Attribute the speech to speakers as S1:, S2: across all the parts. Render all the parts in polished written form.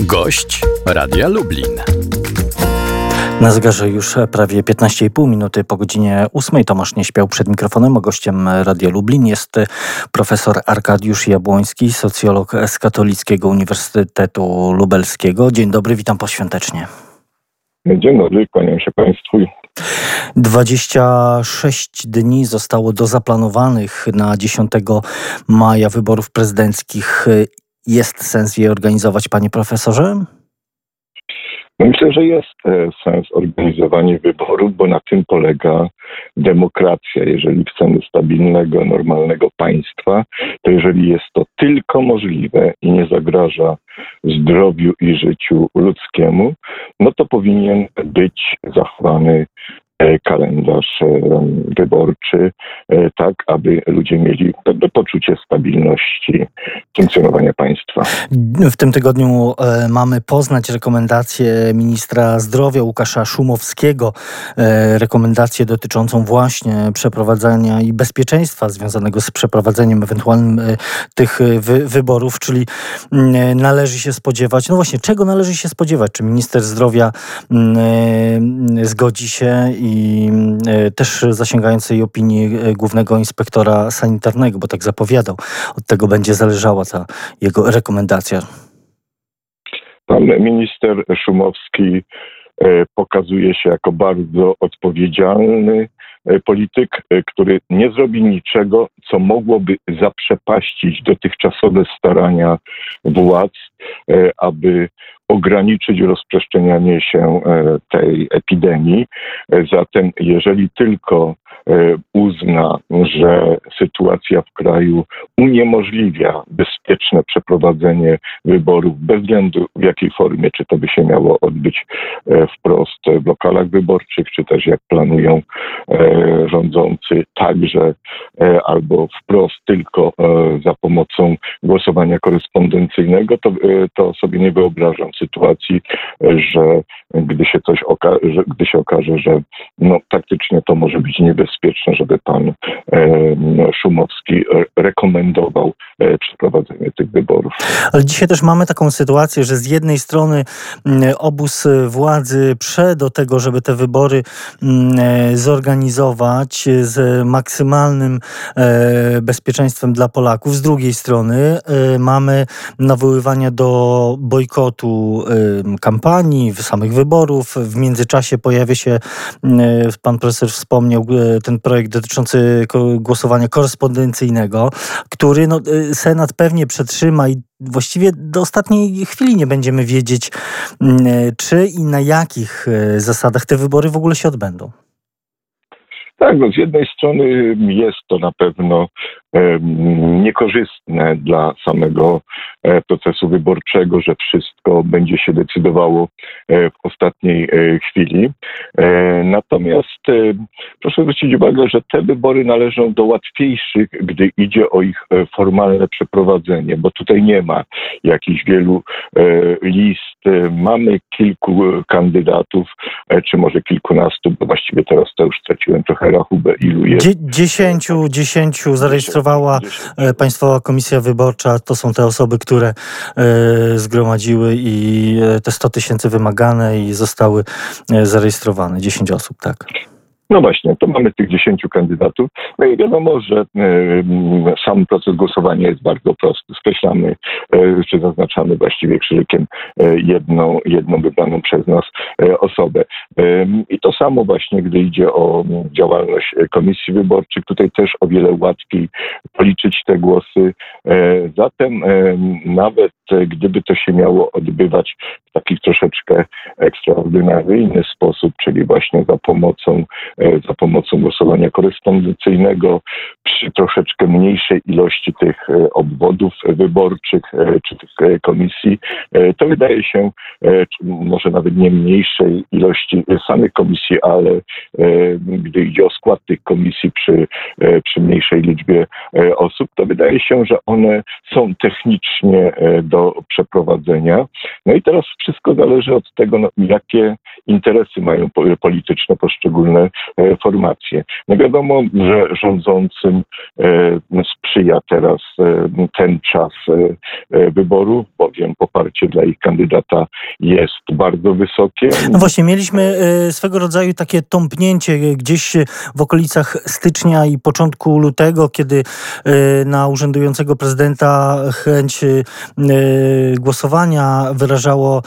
S1: Gość Radia Lublin.
S2: Na zegarze już prawie 15,5 minuty po godzinie 8. Tomasz nie śpiał przed mikrofonem, a gościem Radia Lublin jest profesor Arkadiusz Jabłoński, socjolog z Katolickiego Uniwersytetu Lubelskiego. Dzień dobry, witam poświątecznie.
S3: Dzień dobry, kłaniam się Państwu.
S2: 26 dni zostało do zaplanowanych na 10 maja wyborów prezydenckich. Jest sens je organizować, panie profesorze?
S3: Myślę, że jest sens organizowania wyborów, bo na tym polega demokracja. Jeżeli chcemy stabilnego, normalnego państwa, to jeżeli jest to tylko możliwe i nie zagraża zdrowiu i życiu ludzkiemu, no to powinien być zachowany kalendarz wyborczy, tak aby ludzie mieli pewne poczucie stabilności funkcjonowania państwa.
S2: W tym tygodniu mamy poznać rekomendację ministra zdrowia Łukasza Szumowskiego, rekomendację dotyczącą właśnie przeprowadzania i bezpieczeństwa związanego z przeprowadzeniem ewentualnym tych wyborów, czyli należy się spodziewać, no właśnie, czego należy się spodziewać? Czy minister zdrowia zgodzi się i też zasięgającej opinii głównego inspektora sanitarnego, bo tak zapowiadał. Od tego będzie zależała ta jego rekomendacja.
S3: Pan minister Szumowski pokazuje się jako bardzo odpowiedzialny polityk, który nie zrobi niczego, co mogłoby zaprzepaścić dotychczasowe starania władz, aby ograniczyć rozprzestrzenianie się tej epidemii. Zatem jeżeli tylko uzna, że sytuacja w kraju uniemożliwia bezpieczne przeprowadzenie wyborów bez względu w jakiej formie, czy to by się miało odbyć wprost w lokalach wyborczych, czy też jak planują rządzący także albo wprost tylko za pomocą głosowania korespondencyjnego, to sobie nie wyobrażam sytuacji, że gdy się okaże, że taktycznie to może być niebezpieczne, żeby pan Szumowski rekomendował przeprowadzenie tych wyborów.
S2: Ale dzisiaj też mamy taką sytuację, że z jednej strony obóz władzy prze do tego, żeby te wybory zorganizować z maksymalnym bezpieczeństwem dla Polaków. Z drugiej strony mamy nawoływania do bojkotu kampanii, samych wyborów. W międzyczasie pojawia się, pan profesor wspomniał, ten projekt dotyczący głosowania korespondencyjnego, który Senat pewnie przetrzyma i właściwie do ostatniej chwili nie będziemy wiedzieć, czy i na jakich zasadach te wybory w ogóle się odbędą.
S3: Tak, z jednej strony jest to na pewno niekorzystne dla samego procesu wyborczego, że wszystko będzie się decydowało w ostatniej chwili. Natomiast proszę zwrócić uwagę, że te wybory należą do łatwiejszych, gdy idzie o ich formalne przeprowadzenie, bo tutaj nie ma jakichś wielu list. Mamy kilku kandydatów, czy może kilkunastu, bo właściwie teraz to już straciłem trochę rachubę, ilu jest.
S2: 10 zarejestrowała Państwowa Komisja Wyborcza. To są te osoby, które zgromadziły i te 100 000 wymagane i zostały zarejestrowane. 10 osób, tak.
S3: No właśnie, to mamy tych 10 kandydatów. No i wiadomo, że sam proces głosowania jest bardzo prosty. Skreślamy, czy zaznaczamy właściwie krzyżykiem jedną wybraną przez nas osobę. I to samo właśnie, gdy idzie o działalność komisji wyborczych. Tutaj też o wiele łatwiej policzyć te głosy. Zatem nawet gdyby to się miało odbywać w taki troszeczkę ekstraordynaryjny sposób, czyli właśnie za pomocą głosowania korespondencyjnego, przy troszeczkę mniejszej ilości tych obwodów wyborczych czy tych komisji, to wydaje się, może nawet nie mniejszej ilości samych komisji, ale gdy idzie o skład tych komisji przy mniejszej liczbie osób, to wydaje się, że one są technicznie do przeprowadzenia. No i teraz wszystko zależy od tego, jakie interesy mają polityczne poszczególne formacje. No wiadomo, że rządzącym Polakom sprzyja teraz ten czas wyborów, bowiem poparcie dla ich kandydata jest bardzo wysokie.
S2: No właśnie, mieliśmy swego rodzaju takie tąpnięcie gdzieś w okolicach stycznia i początku lutego, kiedy na urzędującego prezydenta chęć głosowania wyrażało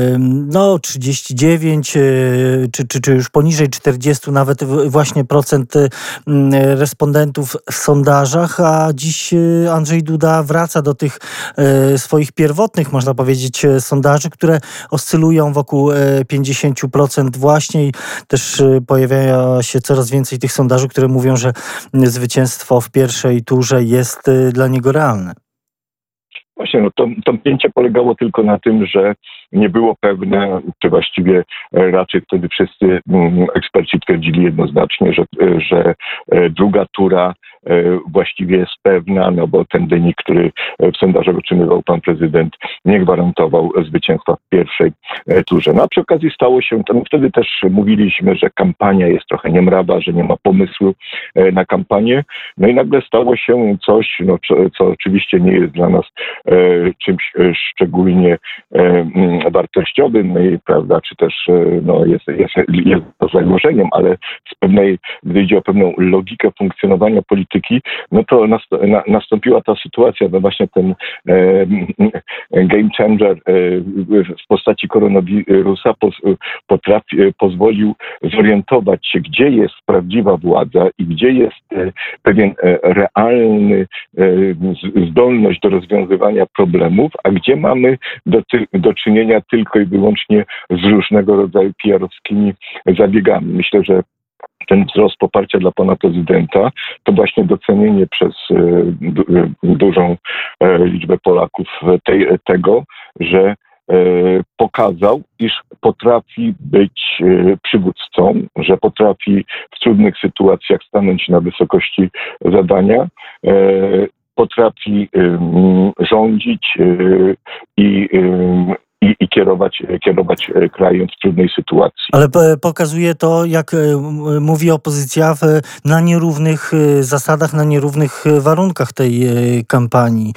S2: 39 czy już poniżej 40 nawet właśnie procent respondentów w sondażach, a dziś Andrzej Duda wraca do tych swoich pierwotnych, można powiedzieć, sondaży, które oscylują wokół 50% właśnie i też pojawia się coraz więcej tych sondaży, które mówią, że zwycięstwo w pierwszej turze jest dla niego realne.
S3: Właśnie, to tąpnięcie polegało tylko na tym, że nie było pewne, czy właściwie raczej wtedy wszyscy eksperci twierdzili jednoznacznie, że druga tura właściwie jest pewna, no bo ten wynik, który w sondażach otrzymywał pan prezydent, nie gwarantował zwycięstwa w pierwszej turze. No a przy okazji stało się to, wtedy też mówiliśmy, że kampania jest trochę niemrawa, że nie ma pomysłu na kampanię. No i nagle stało się coś, co oczywiście nie jest dla nas czymś szczególnie wartościowym, prawda, czy też jest to zagrożeniem, ale gdy idzie o pewną logikę funkcjonowania polityki, no to nastąpiła ta sytuacja, no właśnie ten game changer w postaci koronawirusa pozwolił zorientować się, gdzie jest prawdziwa władza i gdzie jest pewien realny zdolność do rozwiązywania problemów, a gdzie mamy do czynienia tylko i wyłącznie z różnego rodzaju PR-owskimi zabiegami. Myślę, że ten wzrost poparcia dla pana prezydenta to właśnie docenienie przez dużą liczbę Polaków tego, że pokazał, iż potrafi być przywódcą, że potrafi w trudnych sytuacjach stanąć na wysokości zadania, potrafi rządzić i kierować krajem w trudnej sytuacji.
S2: Ale pokazuje to, jak mówi opozycja, na nierównych zasadach, na nierównych warunkach tej kampanii.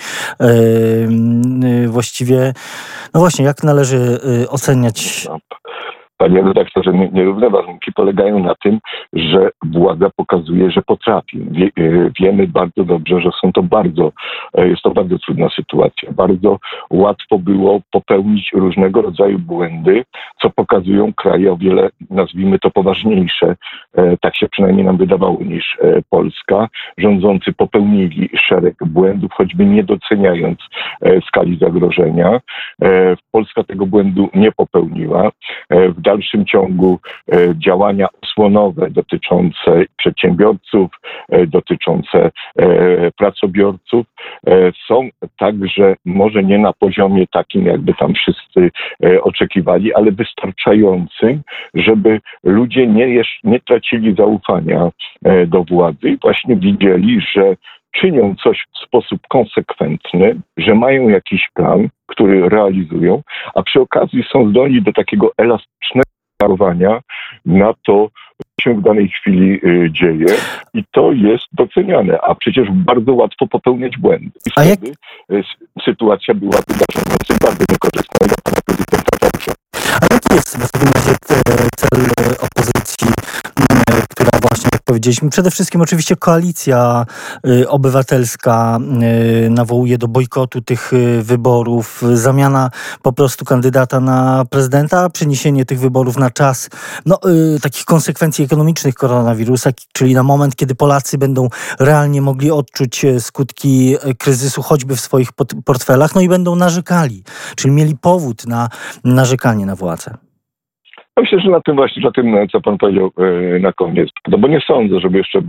S2: Właściwie, no właśnie, jak należy oceniać?
S3: Panie redaktorze, nierówne warunki polegają na tym, że władza pokazuje, że potrafi. Wiemy bardzo dobrze, że jest to bardzo trudna sytuacja. Bardzo łatwo było popełnić różnego rodzaju błędy, co pokazują kraje o wiele, nazwijmy to, poważniejsze. Tak się przynajmniej nam wydawało, niż Polska. Rządzący popełnili szereg błędów, choćby nie doceniając skali zagrożenia. Polska tego błędu nie popełniła. W dalszym ciągu działania osłonowe dotyczące przedsiębiorców, dotyczące pracobiorców są także może nie na poziomie takim, jakby tam wszyscy oczekiwali, ale wystarczającym, żeby ludzie nie tracili zaufania do władzy i właśnie widzieli, że czynią coś w sposób konsekwentny, że mają jakiś plan, który realizują, a przy okazji są zdolni do takiego elastycznego reagowania na to, co się w danej chwili dzieje i to jest doceniane, a przecież bardzo łatwo popełniać błędy. I wtedy sytuacja była wydarzająca bardzo niekorzystna dla pana prezydenta także.
S2: A jaki jest w takim razie cel opozycji, która właśnie, jak powiedzieliśmy, przede wszystkim oczywiście Koalicja Obywatelska nawołuje do bojkotu tych wyborów, zamiana po prostu kandydata na prezydenta, przeniesienie tych wyborów na czas takich konsekwencji ekonomicznych koronawirusa, czyli na moment, kiedy Polacy będą realnie mogli odczuć skutki kryzysu choćby w swoich portfelach, no i będą narzekali, czyli mieli powód na narzekanie na władzę.
S3: Myślę, że na tym, co pan powiedział na koniec, no bo nie sądzę, żeby jeszcze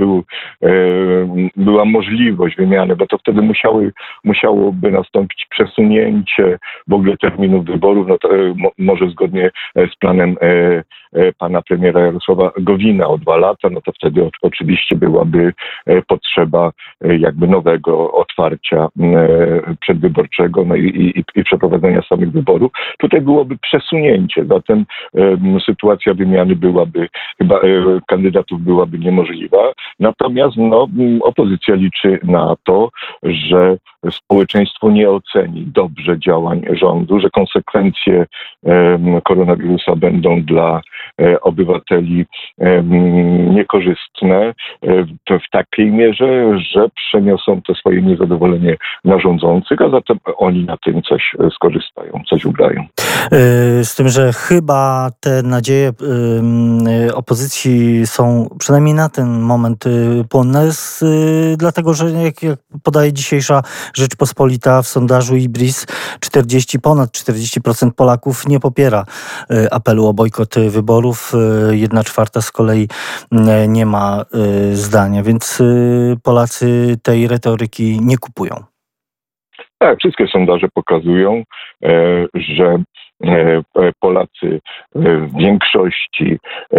S3: była możliwość wymiany, bo to wtedy musiałoby nastąpić przesunięcie w ogóle terminów wyborów, no to może zgodnie z planem pana premiera Jarosława Gowina o 2 lata, no to wtedy oczywiście byłaby potrzeba jakby nowego otwarcia przedwyborczego, no i przeprowadzenia samych wyborów. Tutaj byłoby przesunięcie, zatem sytuacja wymiany kandydatów byłaby niemożliwa. Natomiast opozycja liczy na to, że społeczeństwo nie oceni dobrze działań rządu, że konsekwencje koronawirusa będą dla obywateli niekorzystne w takiej mierze, że przeniosą to swoje niezadowolenie na rządzących, a zatem oni na tym coś skorzystają, coś ugrają.
S2: Z tym, że chyba te nadzieje opozycji są przynajmniej na ten moment płonne, dlatego że jak podaje dzisiejsza Rzeczpospolita w sondażu IBRIS, ponad 40% Polaków nie popiera apelu o bojkot wyborów. 1/4 z kolei nie ma zdania, więc Polacy tej retoryki nie kupują.
S3: Tak, wszystkie sondaże pokazują, że Polacy w większości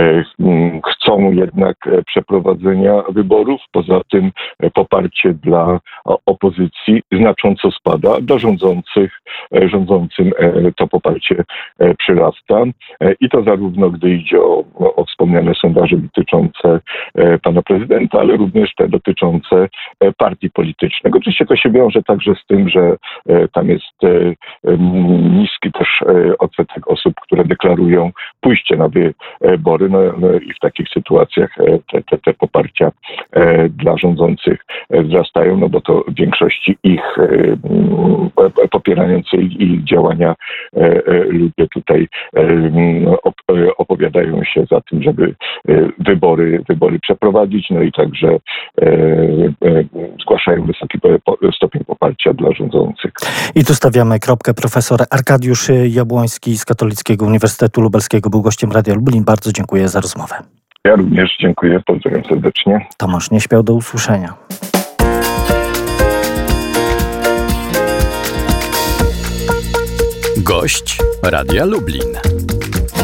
S3: chcą jednak przeprowadzenia wyborów. Poza tym poparcie dla opozycji znacząco spada. Dla rządzącym to poparcie przyrasta. I to zarówno gdy idzie o wspomniane sondaże dotyczące pana prezydenta, ale również te dotyczące partii politycznych. Oczywiście to się wiąże także z tym, że tam jest niski też odsetek osób, które deklarują pójście na wybory. No i w takich sytuacjach te poparcia dla rządzących wzrastają, no bo to w większości ich popierający ich działania ludzie tutaj opowiadają się za tym, żeby wybory przeprowadzić, no i także zgłaszają wysoki stopień poparcia dla rządzących.
S2: I tu stawiamy kropkę. Profesor Arkadiusz Jabłoński z Katolickiego Uniwersytetu Lubelskiego był gościem Radia Lublin. Bardzo dziękuję za rozmowę.
S3: Ja również dziękuję. Pozdrawiam serdecznie.
S2: Tomasz Nieśmiał, do usłyszenia.
S1: Gość Radia Lublin.